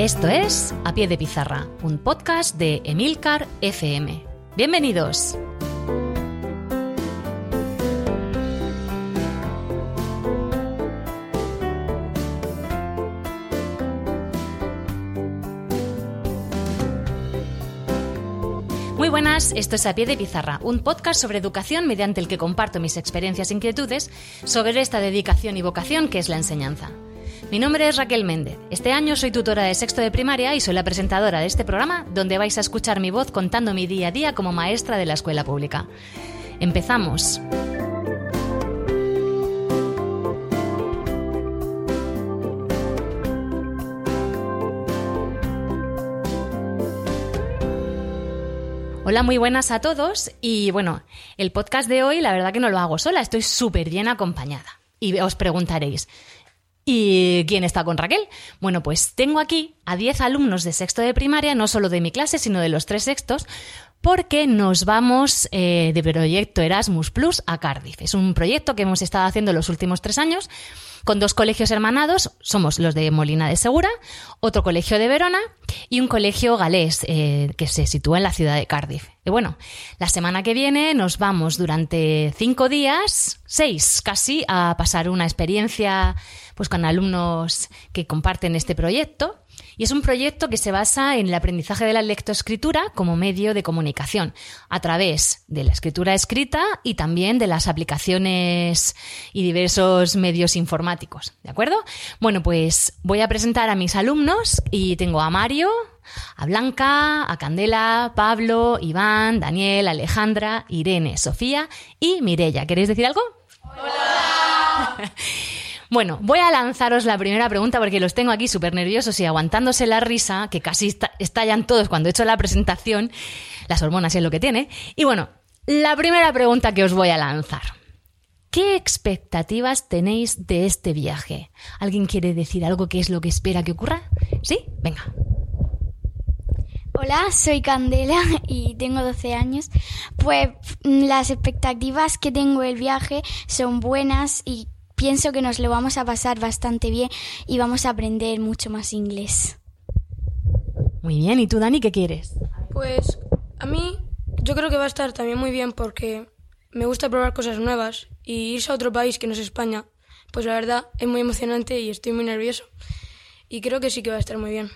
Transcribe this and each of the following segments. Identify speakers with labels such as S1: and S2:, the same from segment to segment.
S1: Esto es A Pie de Pizarra, un podcast de Emilcar FM. ¡Bienvenidos! Muy buenas, esto es A Pie de Pizarra, un podcast sobre educación mediante el que comparto mis experiencias e inquietudes sobre esta dedicación y vocación que es la enseñanza. Mi nombre es Raquel Méndez. Este año soy tutora de sexto de primaria y soy la presentadora de este programa donde vais a escuchar mi voz contando mi día a día como maestra de la escuela pública. ¡Empezamos! Hola, muy buenas a todos y bueno, el podcast de hoy la verdad que no lo hago sola, estoy súper bien acompañada. Y os preguntaréis, ¿y quién está con Raquel? Bueno, pues tengo aquí a 10 alumnos de sexto de primaria, no solo de mi clase, sino de los 3 sextos, porque nos vamos de proyecto Erasmus Plus a Cardiff. Es un proyecto que hemos estado haciendo los últimos 3 años con 2 colegios hermanados, somos los de Molina de Segura, otro colegio de Verona y un colegio galés que se sitúa en la ciudad de Cardiff. Y bueno, la semana que viene nos vamos durante 5 días, 6 casi, a pasar una experiencia pues con alumnos que comparten este proyecto. Y es un proyecto que se basa en el aprendizaje de la lectoescritura como medio de comunicación, a través de la escritura escrita y también de las aplicaciones y diversos medios informáticos, ¿de acuerdo? Bueno, pues voy a presentar a mis alumnos y tengo a Mario, a Blanca, a Candela, Pablo, Iván, Daniel, Alejandra, Irene, Sofía y Mireia. ¿Queréis decir algo? ¡Hola! Bueno, voy a lanzaros la primera pregunta porque los tengo aquí súper nerviosos y aguantándose la risa, que casi estallan todos cuando he hecho la presentación. Las hormonas es lo que tiene. Y bueno, la primera pregunta que os voy a lanzar. ¿Qué expectativas tenéis de este viaje? ¿Alguien quiere decir algo? ¿Qué es lo que espera que ocurra? ¿Sí? Venga.
S2: Hola, soy Candela y tengo 12 años. Pues las expectativas que tengo del viaje son buenas y pienso que nos lo vamos a pasar bastante bien y vamos a aprender mucho más inglés.
S1: Muy bien, ¿y tú, Dani, qué quieres?
S3: Pues a mí yo creo que va a estar también muy bien porque me gusta probar cosas nuevas y irse a otro país que no es España, pues la verdad es muy emocionante y estoy muy nervioso. Y creo que sí que va a estar muy bien.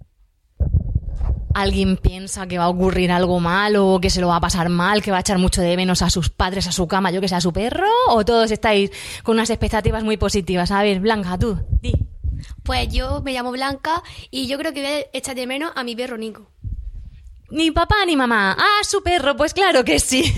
S1: ¿Alguien piensa que va a ocurrir algo malo, que se lo va a pasar mal, que va a echar mucho de menos a sus padres, a su cama, yo que sé, a su perro? ¿O todos estáis con unas expectativas muy positivas? A ver, Blanca, tú, di.
S4: Pues yo me llamo Blanca y yo creo que voy a echar de menos a mi perro Nico.
S1: Ni papá ni mamá. Ah, su perro, pues claro que sí.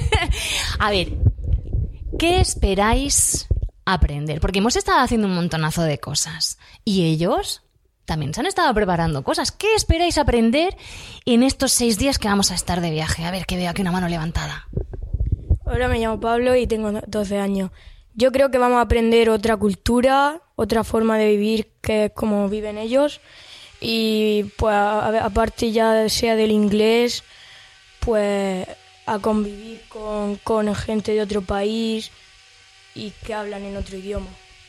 S1: A ver, ¿qué esperáis aprender? Porque hemos estado haciendo un montonazo de cosas. ¿Y ellos? También se han estado preparando cosas. ¿Qué esperáis aprender en estos 6 días que vamos a estar de viaje? A ver, que veo aquí una mano levantada.
S3: Hola, me llamo Pablo y tengo 12 años. Yo creo que vamos a aprender otra cultura, otra forma de vivir que es como viven ellos. Y pues aparte ya sea del inglés, pues a convivir con gente de otro país y que hablan en otro idioma.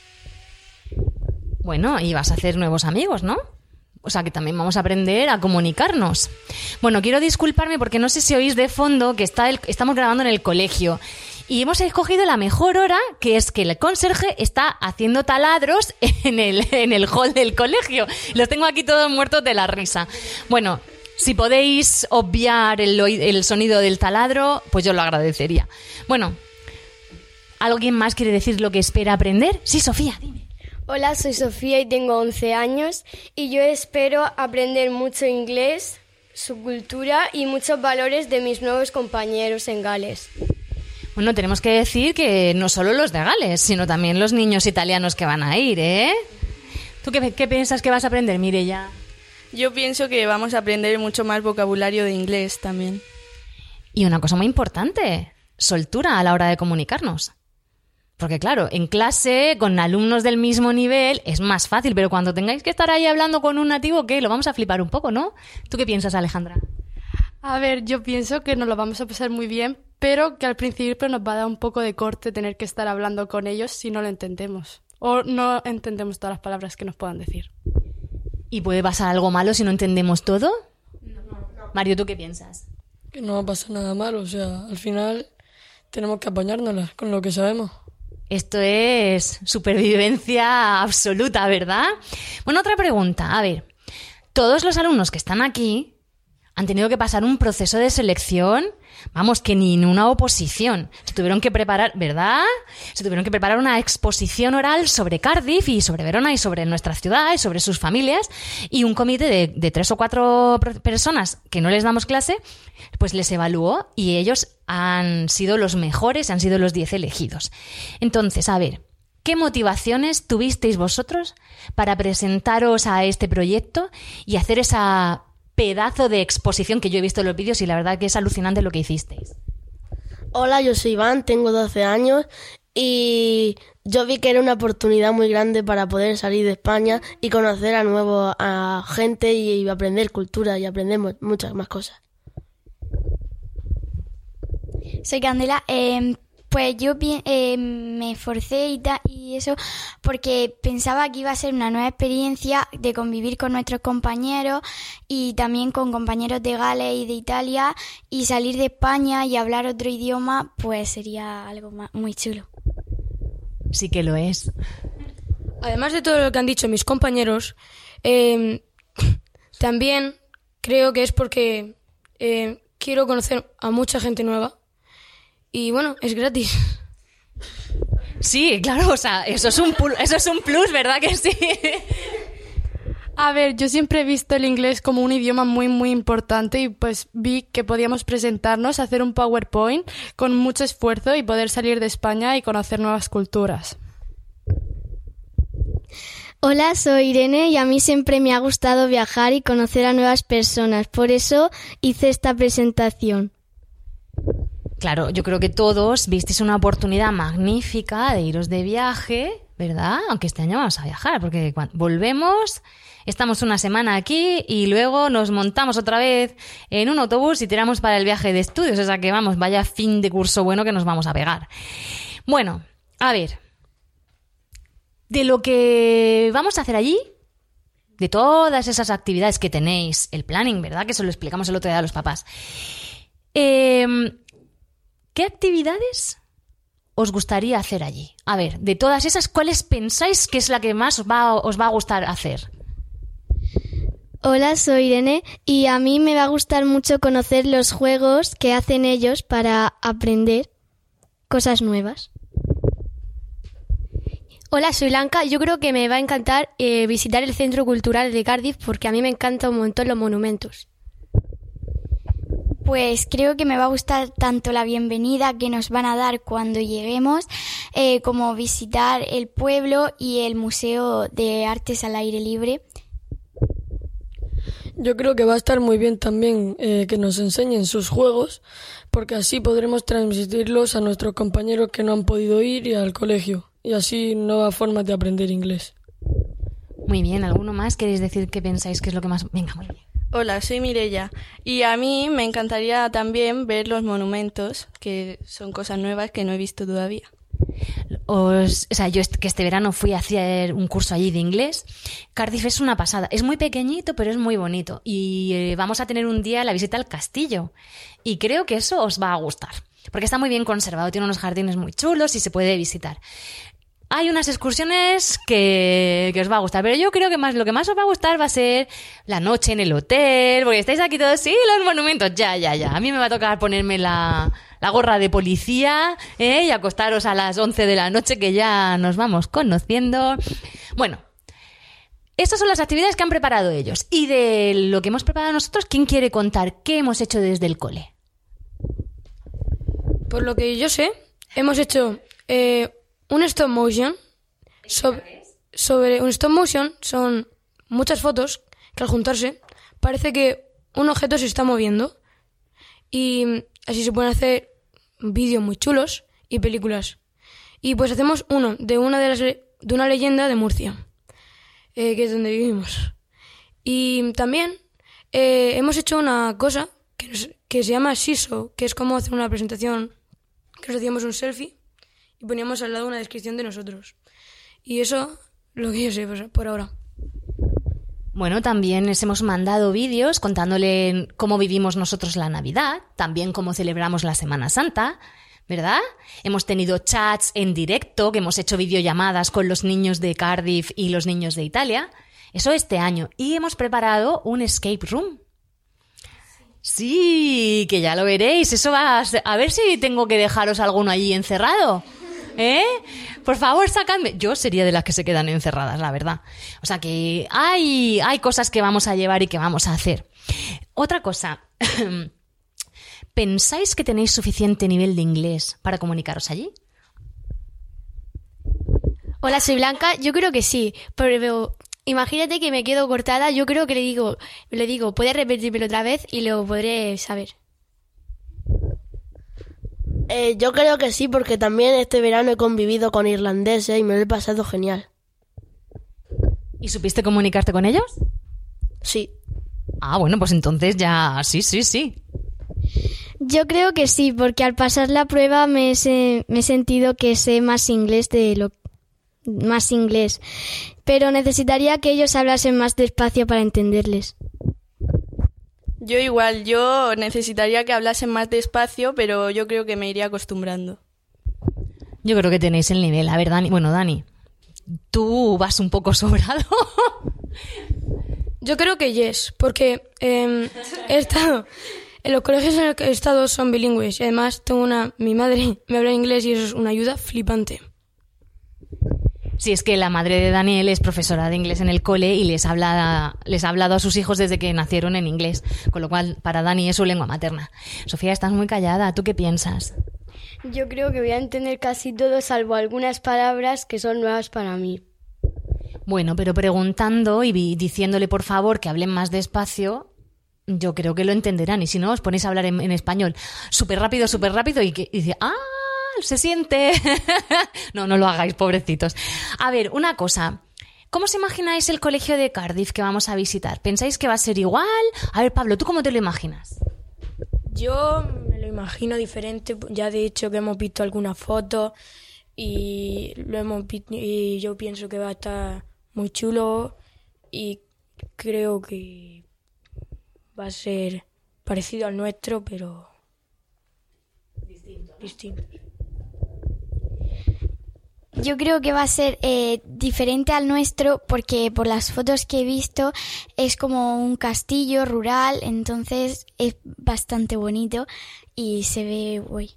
S3: Bueno,
S1: y vas a hacer nuevos amigos, ¿no? O sea, que también vamos a aprender a comunicarnos. Bueno, quiero disculparme porque no sé si oís de fondo que estamos grabando en el colegio. Y hemos escogido la mejor hora, que es que el conserje está haciendo taladros en el hall del colegio. Los tengo aquí todos muertos de la risa. Bueno, si podéis obviar el sonido del taladro, pues yo lo agradecería. Bueno, ¿alguien más quiere decir lo que espera aprender? Sí, Sofía, dime.
S5: Hola, soy Sofía y tengo 11 años y yo espero aprender mucho inglés, su cultura y muchos valores de mis nuevos compañeros en Gales.
S1: Bueno, tenemos que decir que no solo los de Gales, sino también los niños italianos que van a ir, ¿eh? ¿Tú qué piensas que vas a aprender, Mireia?
S6: Yo pienso que vamos a aprender mucho más vocabulario de inglés también.
S1: Y una cosa muy importante, soltura a la hora de comunicarnos. Porque claro, en clase, con alumnos del mismo nivel, es más fácil, pero cuando tengáis que estar ahí hablando con un nativo, ¿qué? Lo vamos a flipar un poco, ¿no? ¿Tú qué piensas, Alejandra?
S7: A ver, yo pienso que nos lo vamos a pasar muy bien, pero que al principio nos va a dar un poco de corte tener que estar hablando con ellos si no lo entendemos. O no entendemos todas las palabras que nos puedan decir.
S1: ¿Y puede pasar algo malo si no entendemos todo? No. Mario, ¿tú qué piensas?
S3: Que no va a pasar nada malo, o sea, al final tenemos que apañárnoslas con lo que sabemos.
S1: Esto es supervivencia absoluta, ¿verdad? Bueno, otra pregunta. A ver, todos los alumnos que están aquí han tenido que pasar un proceso de selección, vamos, que ni en una oposición. Se tuvieron que preparar, ¿verdad? Se tuvieron que preparar una exposición oral sobre Cardiff y sobre Verona y sobre nuestra ciudad y sobre sus familias, y un comité de 3 o 4 personas que no les damos clase, pues les evaluó y ellos han sido los mejores, han sido los 10 elegidos. Entonces, a ver, ¿qué motivaciones tuvisteis vosotros para presentaros a este proyecto y hacer esa pedazo de exposición que yo he visto en los vídeos y la verdad que es alucinante lo que hicisteis?
S8: Hola, yo soy Iván, tengo 12 años y yo vi que era una oportunidad muy grande para poder salir de España y conocer a gente y aprender cultura y aprender muchas más cosas.
S2: Soy Candela. Pues yo me esforcé y eso porque pensaba que iba a ser una nueva experiencia de convivir con nuestros compañeros y también con compañeros de Gales y de Italia, y salir de España y hablar otro idioma pues sería algo muy chulo.
S1: Sí que lo es.
S3: Además de todo lo que han dicho mis compañeros, también creo que es porque quiero conocer a mucha gente nueva. Y bueno, es gratis.
S1: Sí, claro, o sea, eso es un plus, ¿verdad que sí?
S7: A ver, yo siempre he visto el inglés como un idioma muy, muy importante y pues vi que podíamos presentarnos, hacer un PowerPoint con mucho esfuerzo y poder salir de España y conocer nuevas culturas.
S9: Hola, soy Irene y a mí siempre me ha gustado viajar y conocer a nuevas personas. Por eso hice esta presentación.
S1: Claro, yo creo que todos visteis una oportunidad magnífica de iros de viaje, ¿verdad? Aunque este año vamos a viajar, porque cuando volvemos, estamos una semana aquí y luego nos montamos otra vez en un autobús y tiramos para el viaje de estudios. O sea que vamos, vaya fin de curso bueno que nos vamos a pegar. Bueno, a ver, de lo que vamos a hacer allí, de todas esas actividades que tenéis, el planning, ¿verdad? Que se lo explicamos el otro día a los papás. ¿Qué actividades os gustaría hacer allí? A ver, de todas esas, ¿cuáles pensáis que es la que más os va a gustar hacer?
S9: Hola, soy Irene y a mí me va a gustar mucho conocer los juegos que hacen ellos para aprender cosas nuevas.
S4: Hola, soy Blanca. Yo creo que me va a encantar visitar el Centro Cultural de Cardiff porque a mí me encantan un montón los monumentos.
S2: Pues creo que me va a gustar tanto la bienvenida que nos van a dar cuando lleguemos, como visitar el pueblo y el Museo de Artes al Aire Libre.
S3: Yo creo que va a estar muy bien también que nos enseñen sus juegos, porque así podremos transmitirlos a nuestros compañeros que no han podido ir y al colegio, y así nuevas formas de aprender inglés.
S1: Muy bien, ¿alguno más queréis decir qué pensáis que es lo que más...? Venga, muy bien.
S6: Hola, soy Mireia y a mí me encantaría también ver los monumentos, que son cosas nuevas que no he visto todavía.
S1: Yo que este verano fui a hacer un curso allí de inglés. Cardiff es una pasada. Es muy pequeñito, pero es muy bonito. Y vamos a tener un día la visita al castillo. Y creo que eso os va a gustar, porque está muy bien conservado, tiene unos jardines muy chulos y se puede visitar. Hay unas excursiones que os va a gustar, pero yo creo que lo que más os va a gustar va a ser la noche en el hotel, porque estáis aquí todos, sí, los monumentos, ya. A mí me va a tocar ponerme la gorra de policía y acostaros a las 11 de la noche, que ya nos vamos conociendo. Bueno, estas son las actividades que han preparado ellos. Y de lo que hemos preparado nosotros, ¿quién quiere contar qué hemos hecho desde el cole?
S3: Por lo que yo sé, hemos hecho... un stop motion. Sobre un stop motion son muchas fotos que al juntarse parece que un objeto se está moviendo, y así se pueden hacer vídeos muy chulos y películas. Y pues hacemos uno de una leyenda de Murcia, que es donde vivimos. Y también hemos hecho una cosa que se llama Shiso, que es como hacer una presentación, que nos hacíamos un selfie y poníamos al lado una descripción de nosotros. Y eso, lo que yo sé por ahora.
S1: Bueno, también les hemos mandado vídeos contándole cómo vivimos nosotros la Navidad, también cómo celebramos la Semana Santa, ¿verdad? Hemos tenido chats en directo, que hemos hecho videollamadas con los niños de Cardiff y los niños de Italia. Eso este año. Y hemos preparado un escape room. Sí, que ya lo veréis. Eso va a ver si tengo que dejaros alguno allí encerrado. ¿Eh? Por favor, sacadme. Yo sería de las que se quedan encerradas, la verdad. O sea que hay cosas que vamos a llevar y que vamos a hacer. Otra cosa. ¿Pensáis que tenéis suficiente nivel de inglés para comunicaros allí?
S4: Hola, soy Blanca. Yo creo que sí, pero imagínate que me quedo cortada. Yo creo que le digo, ¿puedes repetírmelo otra vez? Y lo podré saber.
S8: Yo creo que sí, porque también este verano he convivido con irlandeses y me lo he pasado genial.
S1: ¿Y supiste comunicarte con ellos?
S8: Sí.
S1: Ah, bueno, pues entonces ya sí.
S9: Yo creo que sí, porque al pasar la prueba me he sentido que sé más inglés pero necesitaría que ellos hablasen más despacio para entenderles.
S6: Yo igual, yo necesitaría que hablasen más despacio, pero yo creo que me iría acostumbrando.
S1: Yo creo que tenéis el nivel. A ver, Dani. Bueno, Dani, tú vas un poco sobrado.
S3: Yo creo que yes, porque he estado en los colegios en los que he estado son bilingües y además mi madre me habla inglés y eso es una ayuda flipante.
S1: Sí, es que la madre de Daniel es profesora de inglés en el cole y les ha hablado a sus hijos desde que nacieron en inglés, con lo cual para Dani es su lengua materna. Sofía, estás muy callada. ¿Tú qué piensas?
S5: Yo creo que voy a entender casi todo, salvo algunas palabras que son nuevas para mí.
S1: Bueno, pero preguntando y diciéndole por favor que hablen más despacio, yo creo que lo entenderán. Y si no, os ponéis a hablar en español súper rápido y dice, se siente. No lo hagáis, pobrecitos. A ver, una cosa. ¿Cómo os imagináis el colegio de Cardiff que vamos a visitar? ¿Pensáis que va a ser igual? A ver, Pablo, ¿tú cómo te lo imaginas?
S3: Yo me lo imagino diferente. Ya de hecho que hemos visto algunas fotos y yo pienso que va a estar muy chulo y creo que va a ser parecido al nuestro, pero distinto.
S2: Yo creo que va a ser diferente al nuestro porque por las fotos que he visto es como un castillo rural, entonces es bastante bonito y se ve guay.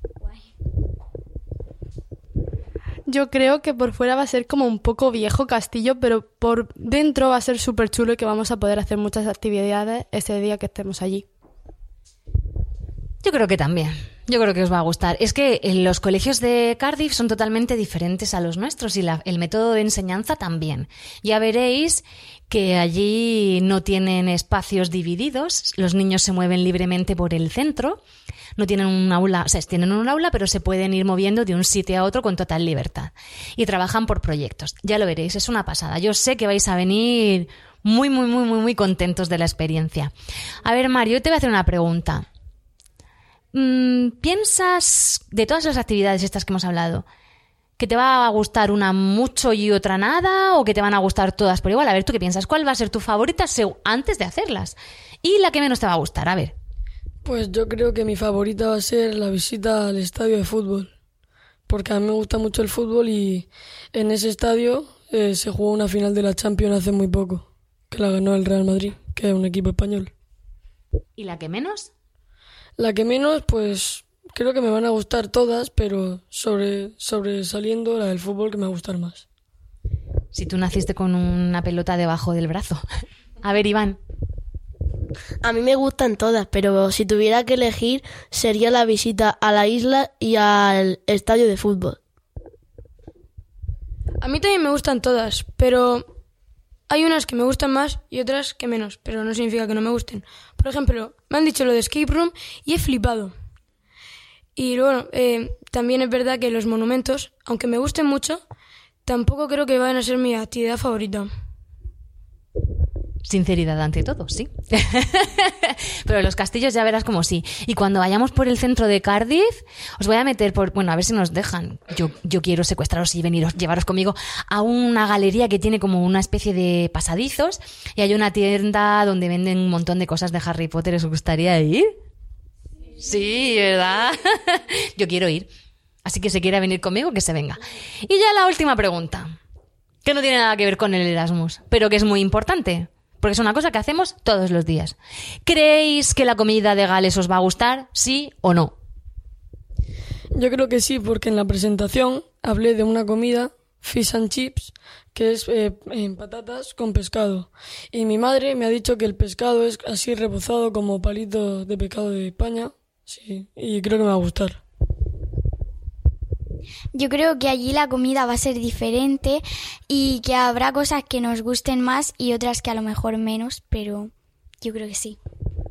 S7: Yo creo que por fuera va a ser como un poco viejo castillo, pero por dentro va a ser súper chulo y que vamos a poder hacer muchas actividades ese día que estemos allí.
S1: Yo creo que también. Yo creo que os va a gustar. Es que los colegios de Cardiff son totalmente diferentes a los nuestros y el método de enseñanza también. Ya veréis que allí no tienen espacios divididos, los niños se mueven libremente por el centro, no tienen un aula, o sea, tienen un aula, pero se pueden ir moviendo de un sitio a otro con total libertad. Y trabajan por proyectos. Ya lo veréis, es una pasada. Yo sé que vais a venir muy contentos de la experiencia. A ver, Mario, te voy a hacer una pregunta. ¿Piensas, de todas las actividades estas que hemos hablado, que te va a gustar una mucho y otra nada, o que te van a gustar todas por igual? A ver, ¿tú qué piensas? ¿Cuál va a ser tu favorita antes de hacerlas? Y la que menos te va a gustar, a ver.
S10: Pues yo creo que mi favorita va a ser la visita al estadio de fútbol, porque a mí me gusta mucho el fútbol y en ese estadio se jugó una final de la Champions hace muy poco, que la ganó el Real Madrid, que es un equipo español.
S1: ¿Y la que menos?
S10: La que menos, pues creo que me van a gustar todas, pero sobresaliendo la del fútbol que me va a gustar más.
S1: Si tú naciste con una pelota debajo del brazo. A ver, Iván.
S8: A mí me gustan todas, pero si tuviera que elegir sería la visita a la isla y al estadio de fútbol.
S3: A mí también me gustan todas, pero hay unas que me gustan más y otras que menos, pero no significa que no me gusten. Por ejemplo, me han dicho lo de escape room y he flipado. Y bueno, también es verdad que los monumentos, aunque me gusten mucho, tampoco creo que vayan a ser mi actividad favorita.
S1: Sinceridad ante todo, sí. Pero los castillos ya verás como sí. Y cuando vayamos por el centro de Cardiff, os voy a meter a ver si nos dejan. Yo quiero secuestraros y llevaros conmigo a una galería que tiene como una especie de pasadizos y hay una tienda donde venden un montón de cosas de Harry Potter. ¿Os gustaría ir? Sí, ¿verdad? Yo quiero ir. Así que si quiere venir conmigo, que se venga. Y ya la última pregunta, que no tiene nada que ver con el Erasmus, pero que es muy importante. Porque es una cosa que hacemos todos los días. ¿Creéis que la comida de Gales os va a gustar? ¿Sí o no?
S10: Yo creo que sí, porque en la presentación hablé de una comida, fish and chips, que es patatas con pescado. Y mi madre me ha dicho que el pescado es así rebozado como palitos de pescado de España. Sí, y creo que me va a gustar.
S2: Yo creo que allí la comida va a ser diferente y que habrá cosas que nos gusten más y otras que a lo mejor menos, pero yo creo que sí.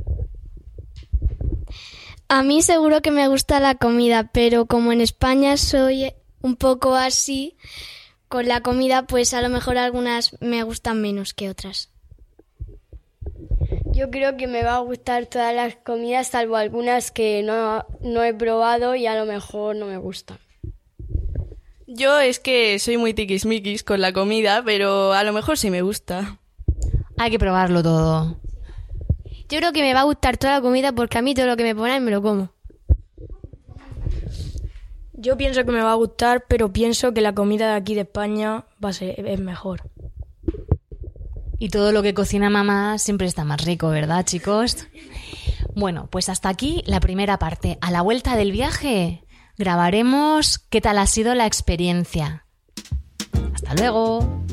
S9: A mí seguro que me gusta la comida, pero como en España soy un poco así con la comida, pues a lo mejor algunas me gustan menos que otras.
S5: Yo creo que me va a gustar todas las comidas, salvo algunas que no he probado y a lo mejor no me gustan.
S6: Yo es que soy muy tiquismiquis con la comida, pero a lo mejor sí me gusta.
S1: Hay que probarlo todo.
S4: Yo creo que me va a gustar toda la comida porque a mí todo lo que me ponen me lo como.
S3: Yo pienso que me va a gustar, pero pienso que la comida de aquí de España es mejor.
S1: Y todo lo que cocina mamá siempre está más rico, ¿verdad, chicos? Bueno, pues hasta aquí la primera parte. A la vuelta del viaje grabaremos qué tal ha sido la experiencia. ¡Hasta luego!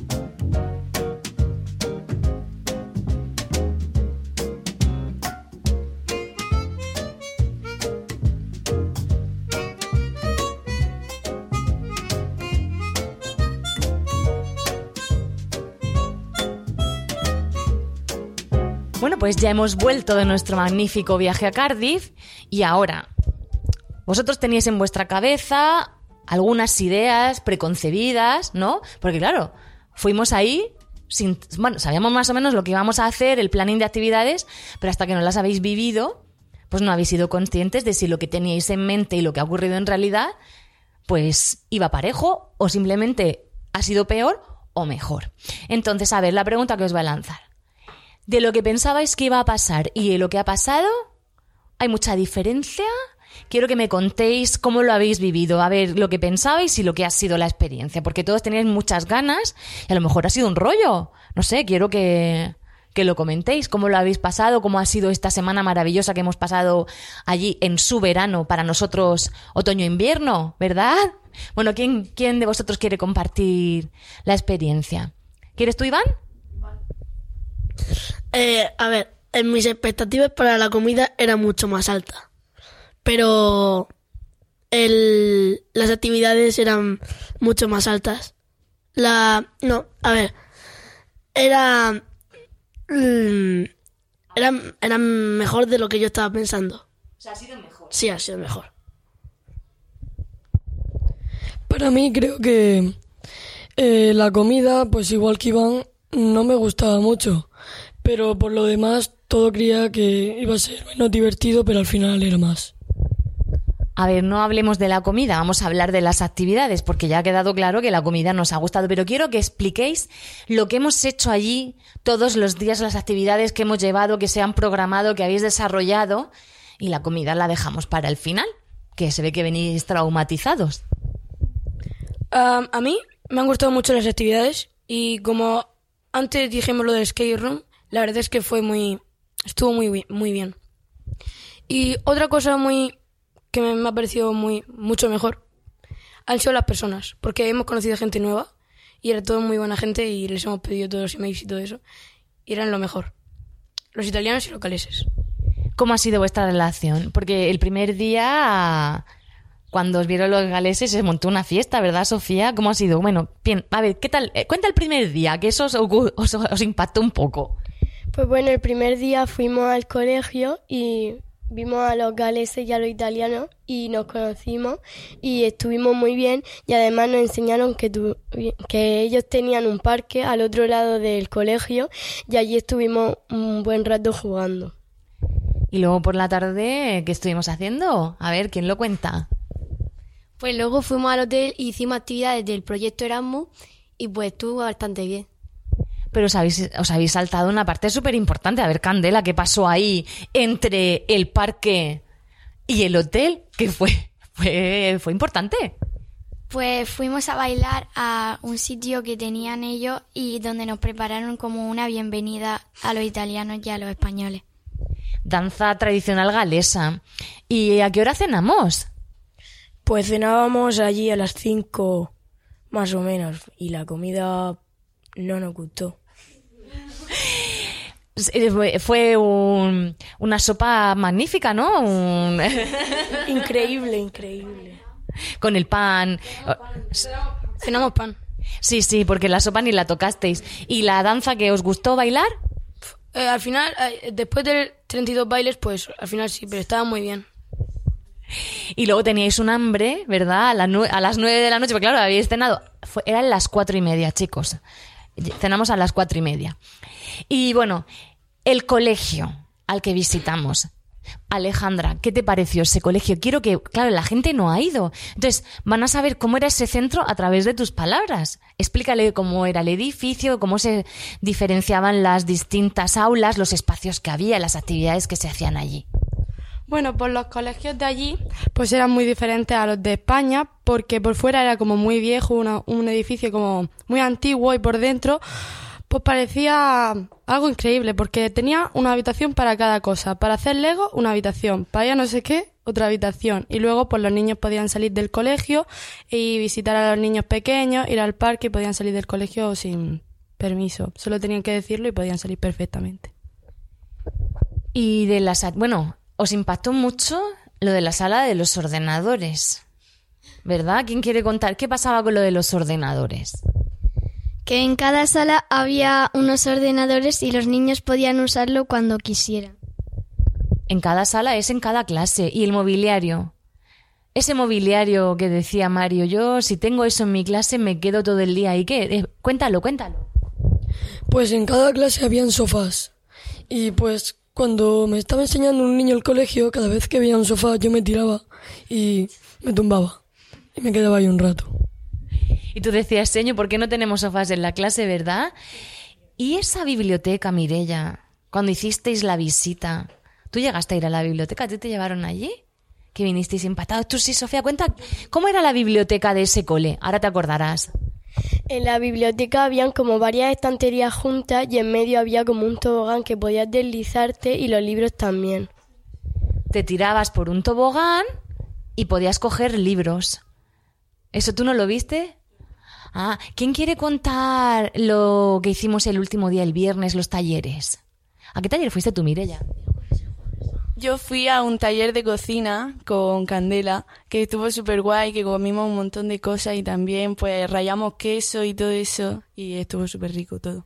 S1: Bueno, pues ya hemos vuelto de nuestro magnífico viaje a Cardiff y ahora vosotros teníais en vuestra cabeza algunas ideas preconcebidas, ¿no? Porque claro, fuimos ahí sabíamos más o menos lo que íbamos a hacer, el planning de actividades, pero hasta que no las habéis vivido, pues no habéis sido conscientes de si lo que teníais en mente y lo que ha ocurrido en realidad, pues iba parejo o simplemente ha sido peor o mejor. Entonces, a ver, la pregunta que os voy a lanzar. De lo que pensabais que iba a pasar y de lo que ha pasado, ¿hay mucha diferencia? Quiero que me contéis cómo lo habéis vivido, a ver lo que pensabais y lo que ha sido la experiencia, porque todos teníais muchas ganas y a lo mejor ha sido un rollo. No sé, quiero que lo comentéis, cómo lo habéis pasado, cómo ha sido esta semana maravillosa que hemos pasado allí en su verano, para nosotros otoño-invierno, ¿verdad? Bueno, ¿quién de vosotros quiere compartir la experiencia? ¿Quieres tú, Iván?
S8: A ver, en mis expectativas para la comida era mucho más alta, pero las actividades eran mucho más altas. Era mejor de lo que yo estaba pensando.
S1: O sea, ha sido mejor.
S8: Sí, ha sido mejor.
S10: Para mí creo que la comida, pues igual que Iván, no me gustaba mucho. Pero por lo demás, todo creía que iba a ser menos divertido, pero al final era más.
S1: A ver, no hablemos de la comida, vamos a hablar de las actividades, porque ya ha quedado claro que la comida nos ha gustado, pero quiero que expliquéis lo que hemos hecho allí todos los días, las actividades que hemos llevado, que se han programado, que habéis desarrollado, y la comida la dejamos para el final, que se ve que venís traumatizados.
S3: A mí me han gustado mucho las actividades y como antes dijimos lo del skate room, la verdad es que estuvo muy bien. Y otra cosa que me ha parecido mucho mejor han sido las personas, porque hemos conocido gente nueva y era todo muy buena gente y les hemos pedido todos los emails y todo eso y eran lo mejor, los italianos y los galeses.
S1: ¿Cómo ha sido vuestra relación? Porque el primer día, cuando os vieron los galeses, se montó una fiesta, ¿verdad, Sofía? ¿Cómo ha sido? Bueno, bien, a ver, ¿qué tal? Cuenta el primer día, que eso os impactó un poco.
S5: Pues bueno, el primer día fuimos al colegio y vimos a los galeses y a los italianos y nos conocimos y estuvimos muy bien y además nos enseñaron que ellos tenían un parque al otro lado del colegio y allí estuvimos un buen rato jugando.
S1: Y luego por la tarde, ¿qué estuvimos haciendo? A ver, ¿quién lo cuenta?
S4: Pues luego fuimos al hotel y hicimos actividades del proyecto Erasmus y pues estuvo bastante bien.
S1: Pero os habéis saltado una parte súper importante. A ver, Candela, ¿qué pasó ahí entre el parque y el hotel? Que fue importante.
S2: Pues fuimos a bailar a un sitio que tenían ellos y donde nos prepararon como una bienvenida a los italianos y a los españoles.
S1: Danza tradicional galesa. ¿Y a qué hora cenamos?
S3: Pues cenábamos allí a las 5 más o menos y la comida no nos gustó.
S1: Fue una sopa magnífica, ¿no?
S3: Increíble.
S1: Con el pan.
S7: Cenamos pan.
S1: Sí, porque la sopa ni la tocasteis. ¿Y la danza que os gustó bailar?
S7: Al final, después de 32 bailes, pues al final sí, pero estaba muy bien.
S1: Y luego teníais un hambre, ¿verdad? A las 9 de la noche, porque claro, habíais cenado. Eran las 4:30, chicos. Cenamos a las 4:30. Y bueno, el colegio al que visitamos. Alejandra, ¿qué te pareció ese colegio? Quiero que, claro, la gente no ha ido. Entonces, van a saber cómo era ese centro a través de tus palabras. Explícale cómo era el edificio, cómo se diferenciaban las distintas aulas, los espacios que había, las actividades que se hacían allí.
S7: Bueno, pues los colegios de allí pues eran muy diferentes a los de España, porque por fuera era como muy viejo, un edificio como muy antiguo, y por dentro pues parecía algo increíble, porque tenía una habitación para cada cosa. Para hacer Lego, una habitación. Para ir a no sé qué, otra habitación. Y luego pues los niños podían salir del colegio y visitar a los niños pequeños, ir al parque, y podían salir del colegio sin permiso. Solo tenían que decirlo y podían salir perfectamente.
S1: Y bueno, os impactó mucho lo de la sala de los ordenadores, ¿verdad? ¿Quién quiere contar qué pasaba con lo de los ordenadores?
S9: Que en cada sala había unos ordenadores y los niños podían usarlo cuando quisieran.
S1: En cada sala es en cada clase. ¿Y el mobiliario? Ese mobiliario que decía Mario, yo si tengo eso en mi clase me quedo todo el día. ¿Y qué? Cuéntalo.
S10: Pues en cada clase habían sofás. Y pues cuando me estaba enseñando un niño el colegio, cada vez que veía un sofá yo me tiraba y me tumbaba. Y me quedaba ahí un rato.
S1: Y tú decías, señor, ¿por qué no tenemos sofás en la clase, verdad? ¿Y esa biblioteca, Mireia? Cuando hicisteis la visita, ¿tú llegaste a ir a la biblioteca? ¿A ti te llevaron allí? Que vinisteis empatados. Tú sí, Sofía, cuenta, ¿cómo era la biblioteca de ese cole? Ahora te acordarás.
S5: En la biblioteca habían como varias estanterías juntas y en medio había como un tobogán que podías deslizarte y los libros también.
S1: Te tirabas por un tobogán y podías coger libros. ¿Eso tú no lo viste? Ah, ¿quién quiere contar lo que hicimos el último día, el viernes, los talleres? ¿A qué taller fuiste tú, Mireia?
S6: Yo fui a un taller de cocina con Candela, que estuvo súper guay, que comimos un montón de cosas y también pues rallamos queso y todo eso, y estuvo súper rico todo.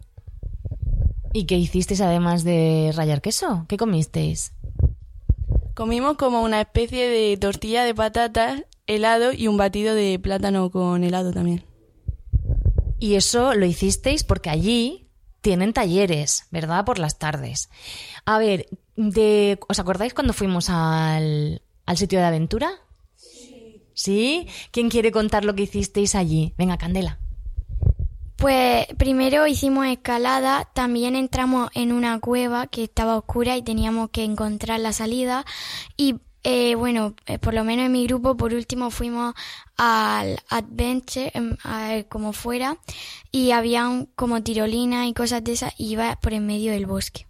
S1: ¿Y qué hicisteis además de rallar queso? ¿Qué comisteis?
S6: Comimos como una especie de tortilla de patatas, helado y un batido de plátano con helado también.
S1: Y eso lo hicisteis porque allí tienen talleres, ¿verdad? Por las tardes. A ver, ¿os acordáis cuando fuimos al sitio de aventura? Sí. ¿Sí? ¿Quién quiere contar lo que hicisteis allí? Venga, Candela.
S2: Pues primero hicimos escalada, también entramos en una cueva que estaba oscura y teníamos que encontrar la salida y por lo menos en mi grupo, por último fuimos al Adventure, como fuera, y habían como tirolinas y cosas de esas, y iba por en medio del bosque.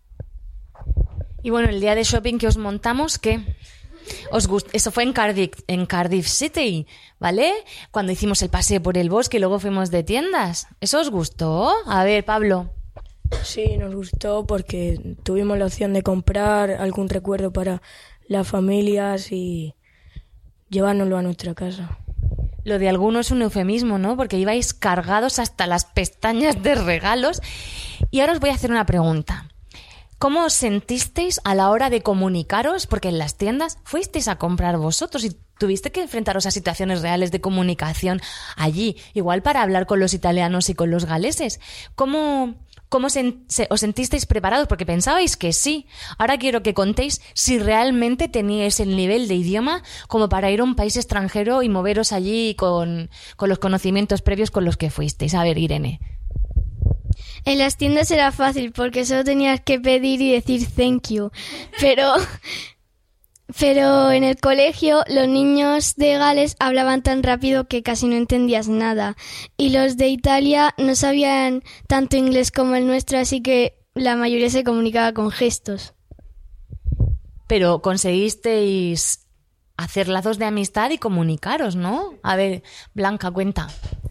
S1: Y bueno, el día de shopping que os montamos, ¿qué? ¿Os gustó? Eso fue en Cardiff City, ¿vale? Cuando hicimos el paseo por el bosque y luego fuimos de tiendas. ¿Eso os gustó? A ver, Pablo.
S3: Sí, nos gustó porque tuvimos la opción de comprar algún recuerdo para las familias y llevárnoslo a nuestra casa.
S1: Lo de alguno es un eufemismo, ¿no? Porque ibais cargados hasta las pestañas de regalos. Y ahora os voy a hacer una pregunta. ¿Cómo os sentisteis a la hora de comunicaros? Porque en las tiendas fuisteis a comprar vosotros y tuviste que enfrentaros a situaciones reales de comunicación allí, igual para hablar con los italianos y con los galeses. ¿Cómo os sentisteis preparados? Porque pensabais que sí. Ahora quiero que contéis si realmente teníais el nivel de idioma como para ir a un país extranjero y moveros allí con los conocimientos previos con los que fuisteis. A ver, Irene.
S9: En las tiendas era fácil porque solo tenías que pedir y decir thank you. Pero en el colegio los niños de Gales hablaban tan rápido que casi no entendías nada. Y los de Italia no sabían tanto inglés como el nuestro, así que la mayoría se comunicaba con gestos.
S1: Pero conseguisteis hacer lazos de amistad y comunicaros, ¿no? A ver, Blanca, cuenta.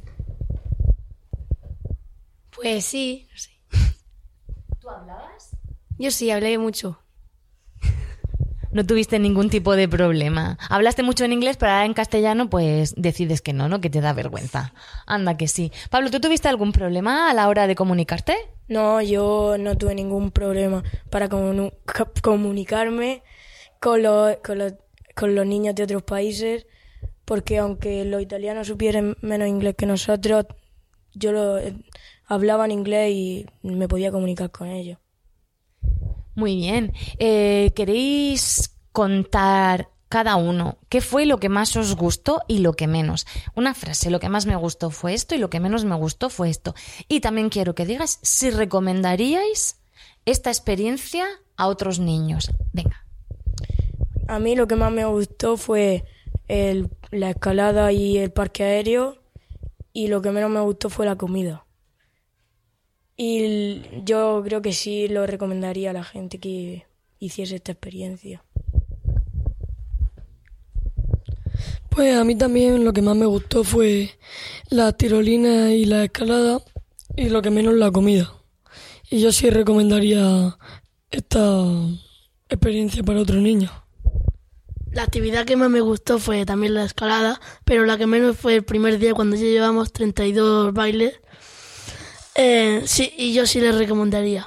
S4: Pues sí.
S1: ¿Tú hablabas?
S4: Yo sí, hablé mucho.
S1: No tuviste ningún tipo de problema. Hablaste mucho en inglés, pero ahora en castellano pues decides que no, que te da vergüenza. Anda que sí. Pablo, ¿tú tuviste algún problema a la hora de comunicarte?
S3: No, yo no tuve ningún problema para comunicarme con los niños de otros países, porque aunque los italianos supieran menos inglés que nosotros, yo hablaba en inglés y me podía comunicar con ellos.
S1: Muy bien. ¿Queréis contar cada uno qué fue lo que más os gustó y lo que menos? Una frase, lo que más me gustó fue esto y lo que menos me gustó fue esto. Y también quiero que digas si recomendaríais esta experiencia a otros niños. Venga.
S3: A mí lo que más me gustó fue la escalada y el parque aéreo, y lo que menos me gustó fue la comida. Y yo creo que sí lo recomendaría a la gente que hiciese esta experiencia.
S10: Pues a mí también lo que más me gustó fue la tirolina y la escalada, y lo que menos la comida. Y yo sí recomendaría esta experiencia para otros niños.
S8: La actividad que más me gustó fue también la escalada, pero la que menos fue el primer día cuando ya llevamos 32 bailes. Sí, y yo sí les recomendaría.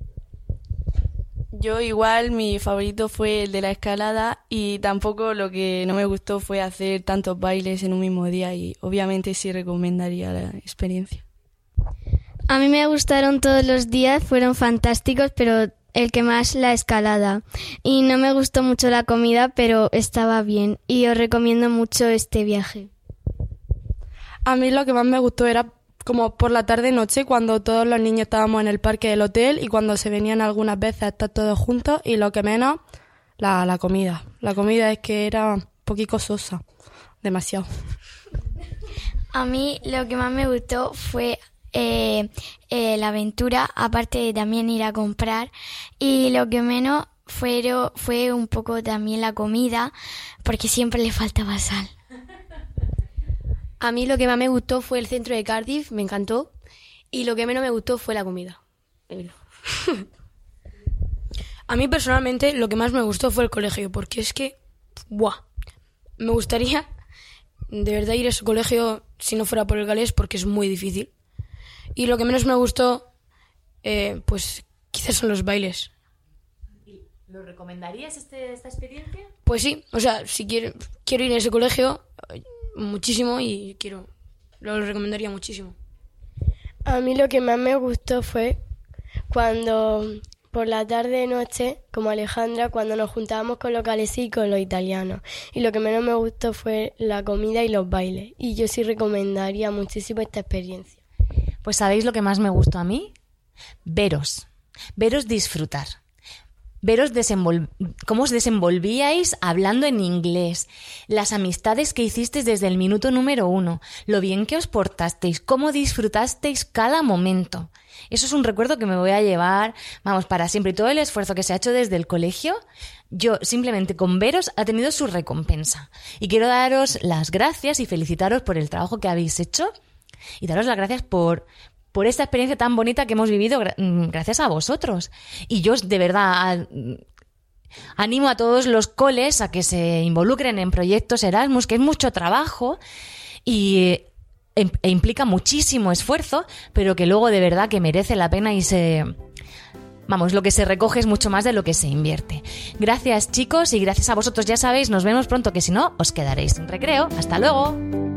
S6: Yo igual, mi favorito fue el de la escalada, y tampoco lo que no me gustó fue hacer tantos bailes en un mismo día, y obviamente sí recomendaría la experiencia.
S9: A mí me gustaron todos los días, fueron fantásticos, pero el que más la escalada. Y no me gustó mucho la comida, pero estaba bien y os recomiendo mucho este viaje.
S7: A mí lo que más me gustó era como por la tarde-noche, cuando todos los niños estábamos en el parque del hotel y cuando se venían algunas veces a estar todos juntos, y lo que menos, la comida. La comida es que era un poquito sosa, demasiado.
S2: A mí lo que más me gustó fue la aventura, aparte de también ir a comprar, y lo que menos fue un poco también la comida, porque siempre le faltaba sal.
S4: A mí lo que más me gustó fue el centro de Cardiff, me encantó, y lo que menos me gustó fue la comida.
S3: A mí personalmente lo que más me gustó fue el colegio, porque es que, me gustaría de verdad ir a ese colegio si no fuera por el galés, porque es muy difícil. Y lo que menos me gustó, pues quizás son los bailes.
S1: ¿Lo recomendarías esta experiencia?
S3: Pues sí, o sea, si quiero ir a ese colegio muchísimo, y lo recomendaría muchísimo.
S5: A mí lo que más me gustó fue cuando por la tarde-noche, como Alejandra, cuando nos juntábamos con los galeses y con los italianos. Y lo que menos me gustó fue la comida y los bailes. Y yo sí recomendaría muchísimo esta experiencia.
S1: Pues ¿sabéis lo que más me gustó a mí? Veros disfrutar. Veros cómo os desenvolvíais hablando en inglés, las amistades que hicisteis desde el minuto número 1, lo bien que os portasteis, cómo disfrutasteis cada momento. Eso es un recuerdo que me voy a llevar, para siempre. Y todo el esfuerzo que se ha hecho desde el colegio, yo simplemente con veros ha tenido su recompensa. Y quiero daros las gracias y felicitaros por el trabajo que habéis hecho, y daros las gracias por esta experiencia tan bonita que hemos vivido gracias a vosotros. Y yo de verdad animo a todos los coles a que se involucren en proyectos Erasmus, que es mucho trabajo e implica muchísimo esfuerzo, pero que luego de verdad que merece la pena y se Vamos, lo que se recoge es mucho más de lo que se invierte. Gracias, chicos, y gracias a vosotros, ya sabéis, nos vemos pronto, que si no, os quedaréis sin recreo. ¡Hasta luego!